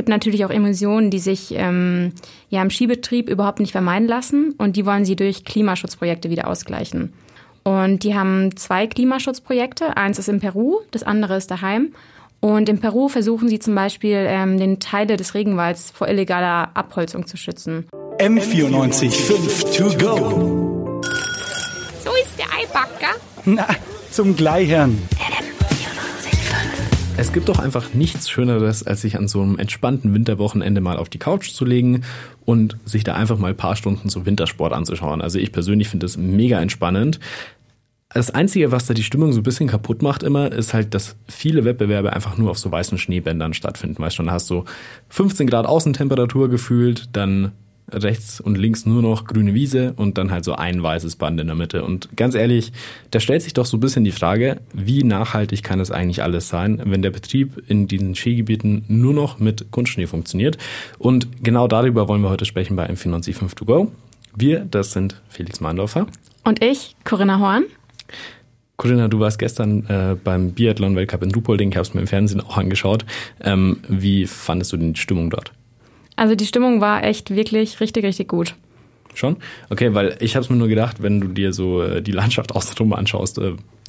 gibt natürlich auch Emissionen, die sich im Skibetrieb überhaupt nicht vermeiden lassen und die wollen sie durch Klimaschutzprojekte wieder ausgleichen. Und die haben 2 Klimaschutzprojekte. Eins ist in Peru, das andere ist daheim. Und in Peru versuchen sie zum Beispiel, den Teile des Regenwalds vor illegaler Abholzung zu schützen. M94.5 to go. So ist der Eibacker. Na, zum Gleichern. Es gibt doch einfach nichts Schöneres, als sich an so einem entspannten Winterwochenende mal auf die Couch zu legen und sich da einfach mal ein paar Stunden so Wintersport anzuschauen. Also ich persönlich finde das mega entspannend. Das Einzige, was da die Stimmung so ein bisschen kaputt macht immer, ist halt, dass viele Wettbewerbe einfach nur auf so weißen Schneebändern stattfinden. Weißt du, dann hast du 15 Grad Außentemperatur gefühlt, dann rechts und links nur noch grüne Wiese und dann halt so ein weißes Band in der Mitte. Und ganz ehrlich, da stellt sich doch so ein bisschen die Frage, wie nachhaltig kann das eigentlich alles sein, wenn der Betrieb in diesen Skigebieten nur noch mit Kunstschnee funktioniert. Und genau darüber wollen wir heute sprechen bei M94.5 to go. Wir, das sind Felix Mahndorfer. Und ich, Corinna Horn. Corinna, du warst gestern beim Biathlon-Weltcup in Ruhpolding, ich habe es mir im Fernsehen auch angeschaut. Wie fandest du denn die Stimmung dort? Also die Stimmung war echt wirklich richtig, richtig gut. Schon? Okay, weil ich habe es mir nur gedacht, wenn du dir so die Landschaft außenrum anschaust,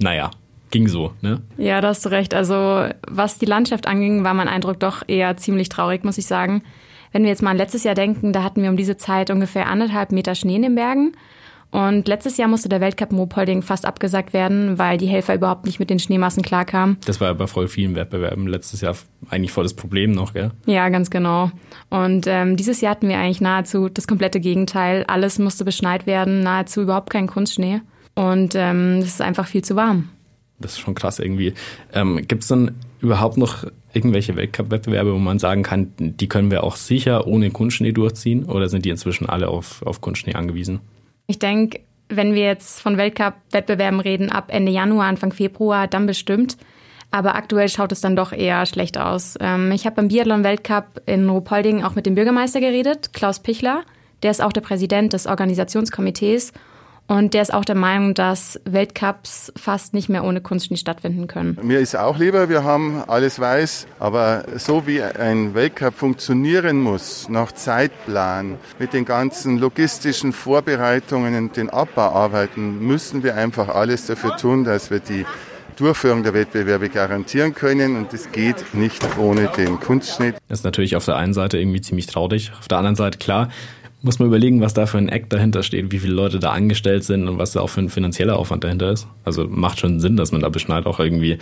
ging so, ne? Ja, da hast du recht. Also was die Landschaft anging, war mein Eindruck doch eher ziemlich traurig, muss ich sagen. Wenn wir jetzt mal an letztes Jahr denken, da hatten wir um diese Zeit ungefähr 1,5 Meter Schnee in den Bergen. Und letztes Jahr musste der Weltcup in Ruhpolding fast abgesagt werden, weil die Helfer überhaupt nicht mit den Schneemassen klarkamen. Das war ja bei voll vielen Wettbewerben letztes Jahr eigentlich voll das Problem noch, gell? Ja, ganz genau. Und dieses Jahr hatten wir eigentlich nahezu das komplette Gegenteil. Alles musste beschneit werden, nahezu überhaupt kein Kunstschnee. Und es ist einfach viel zu warm. Das ist schon krass irgendwie. Gibt es dann überhaupt noch irgendwelche Weltcup-Wettbewerbe, wo man sagen kann, die können wir auch sicher ohne Kunstschnee durchziehen? Oder sind die inzwischen alle auf Kunstschnee angewiesen? Ich denke, wenn wir jetzt von Weltcup-Wettbewerben reden, ab Ende Januar, Anfang Februar, dann bestimmt. Aber aktuell schaut es dann doch eher schlecht aus. Ich habe beim Biathlon-Weltcup in Ruhpolding auch mit dem Bürgermeister geredet, Klaus Pichler. Der ist auch der Präsident des Organisationskomitees. Und der ist auch der Meinung, dass Weltcups fast nicht mehr ohne Kunstschnee stattfinden können. Mir ist auch lieber, wir haben alles weiß, aber so wie ein Weltcup funktionieren muss, nach Zeitplan, mit den ganzen logistischen Vorbereitungen und den Abbauarbeiten, müssen wir einfach alles dafür tun, dass wir die Durchführung der Wettbewerbe garantieren können und es geht nicht ohne den Kunstschnee. Das ist natürlich auf der einen Seite irgendwie ziemlich traurig, auf der anderen Seite klar, muss man überlegen, was da für ein Act dahinter steht, wie viele Leute da angestellt sind und was da auch für ein finanzieller Aufwand dahinter ist. Also macht schon Sinn, dass man da beschneit auch irgendwie.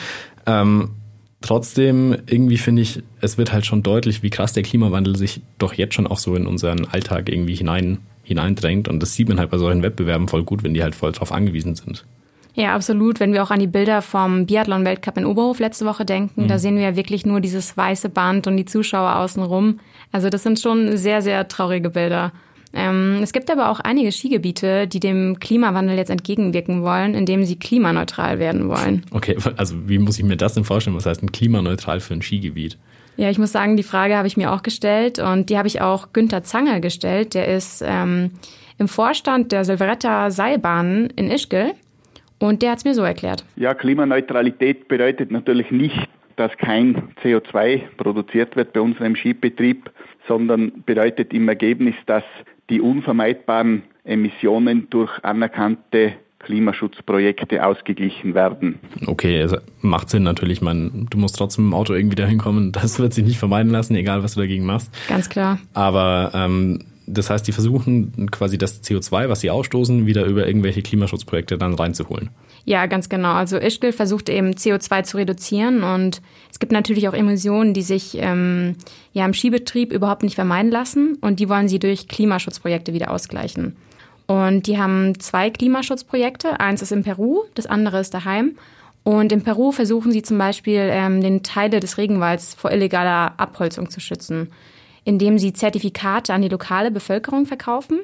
Trotzdem, irgendwie finde ich, es wird halt schon deutlich, wie krass der Klimawandel sich doch jetzt schon auch so in unseren Alltag irgendwie hineindrängt. Und das sieht man halt bei solchen Wettbewerben voll gut, wenn die halt voll drauf angewiesen sind. Ja, absolut. Wenn wir auch an die Bilder vom Biathlon-Weltcup in Oberhof letzte Woche denken, da sehen wir ja wirklich nur dieses weiße Band und die Zuschauer außenrum. Also das sind schon sehr, sehr traurige Bilder. Es gibt aber auch einige Skigebiete, die dem Klimawandel jetzt entgegenwirken wollen, indem sie klimaneutral werden wollen. Okay, also wie muss ich mir das denn vorstellen? Was heißt denn klimaneutral für ein Skigebiet? Ja, ich muss sagen, die Frage habe ich mir auch gestellt und die habe ich auch Günther Zanger gestellt. Der ist im Vorstand der Silveretta Seilbahnen in Ischgl und der hat es mir so erklärt. Ja, Klimaneutralität bedeutet natürlich nicht, dass kein CO2 produziert wird bei unserem Skibetrieb, sondern bedeutet im Ergebnis, dass die unvermeidbaren Emissionen durch anerkannte Klimaschutzprojekte ausgeglichen werden. Okay, also macht Sinn natürlich. Du musst trotzdem im Auto irgendwie dahin kommen. Das wird sich nicht vermeiden lassen, egal was du dagegen machst. Ganz klar. Aber das heißt, die versuchen quasi das CO2, was sie ausstoßen, wieder über irgendwelche Klimaschutzprojekte dann reinzuholen. Ja, ganz genau. Also Ischgl versucht eben CO2 zu reduzieren und es gibt natürlich auch Emissionen, die sich im Skibetrieb überhaupt nicht vermeiden lassen und die wollen sie durch Klimaschutzprojekte wieder ausgleichen. Und die haben 2 Klimaschutzprojekte. Eins ist in Peru, das andere ist daheim. Und in Peru versuchen sie zum Beispiel, den Teile des Regenwalds vor illegaler Abholzung zu schützen, indem sie Zertifikate an die lokale Bevölkerung verkaufen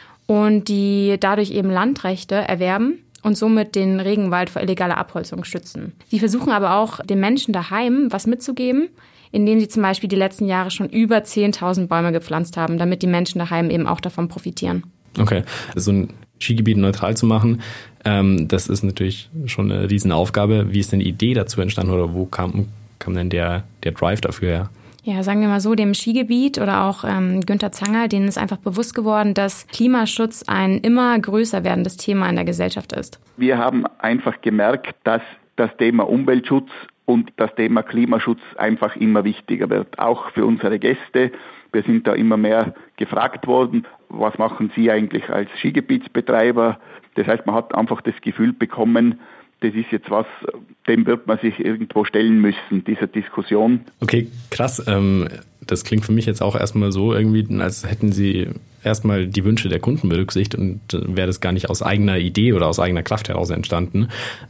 und die dadurch eben Landrechte erwerben und somit den Regenwald vor illegaler Abholzung schützen. Sie versuchen aber auch, den Menschen daheim was mitzugeben, indem sie zum Beispiel die letzten Jahre schon über 10.000 Bäume gepflanzt haben, damit die Menschen daheim eben auch davon profitieren. Okay, so ein Skigebiet neutral zu machen, das ist natürlich schon eine Riesenaufgabe. Wie ist denn die Idee dazu entstanden oder wo kam denn der Drive dafür her? Ja, sagen wir mal so, dem Skigebiet oder auch Günther Zanger, denen ist einfach bewusst geworden, dass Klimaschutz ein immer größer werdendes Thema in der Gesellschaft ist. Wir haben einfach gemerkt, dass das Thema Umweltschutz und das Thema Klimaschutz einfach immer wichtiger wird, auch für unsere Gäste. Wir sind da immer mehr gefragt worden, was machen Sie eigentlich als Skigebietsbetreiber? Das heißt, man hat einfach das Gefühl bekommen, das ist jetzt was, dem wird man sich irgendwo stellen müssen, dieser Diskussion. Okay, krass. Das klingt für mich jetzt auch erstmal so irgendwie, als hätten Sie erstmal die Wünsche der Kunden berücksichtigt und wäre das gar nicht aus eigener Idee oder aus eigener Kraft heraus entstanden.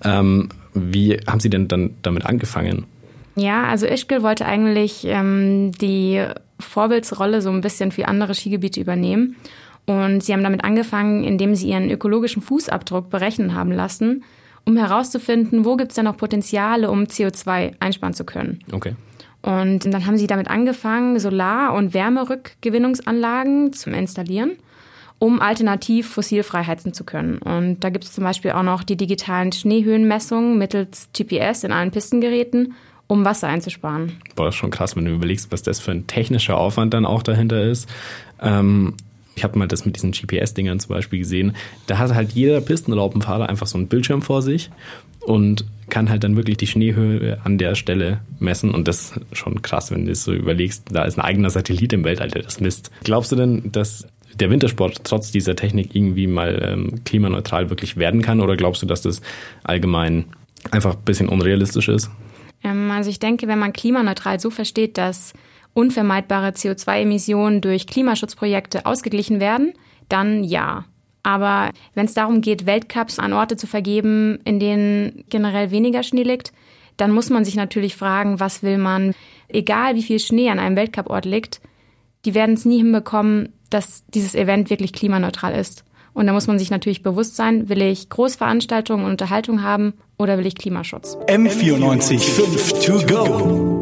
Wie haben Sie denn dann damit angefangen? Ja, also Ischgl wollte eigentlich die Vorbildsrolle so ein bisschen für andere Skigebiete übernehmen. Und sie haben damit angefangen, indem sie ihren ökologischen Fußabdruck berechnen haben lassen, um herauszufinden, wo gibt es denn noch Potenziale, um CO2 einsparen zu können. Okay. Und dann haben sie damit angefangen, Solar- und Wärmerückgewinnungsanlagen zu installieren, um alternativ fossilfrei heizen zu können. Und da gibt es zum Beispiel auch noch die digitalen Schneehöhenmessungen mittels GPS in allen Pistengeräten, um Wasser einzusparen. Boah, das ist schon krass, wenn du überlegst, was das für ein technischer Aufwand dann auch dahinter ist. Ich habe mal das mit diesen GPS-Dingern zum Beispiel gesehen. Da hat halt jeder Pistenraupenfahrer einfach so einen Bildschirm vor sich und kann halt dann wirklich die Schneehöhe an der Stelle messen. Und das ist schon krass, wenn du das so überlegst. Da ist ein eigener Satellit im Weltall, der das misst. Glaubst du denn, dass der Wintersport trotz dieser Technik irgendwie mal klimaneutral wirklich werden kann? Oder glaubst du, dass das allgemein einfach ein bisschen unrealistisch ist? Also ich denke, wenn man klimaneutral so versteht, dass unvermeidbare CO2-Emissionen durch Klimaschutzprojekte ausgeglichen werden, dann ja. Aber wenn es darum geht, Weltcups an Orte zu vergeben, in denen generell weniger Schnee liegt, dann muss man sich natürlich fragen, was will man? Egal wie viel Schnee an einem Weltcuport liegt, die werden es nie hinbekommen, dass dieses Event wirklich klimaneutral ist. Und da muss man sich natürlich bewusst sein, will ich Großveranstaltungen und Unterhaltung haben oder will ich Klimaschutz? M94 5 to go.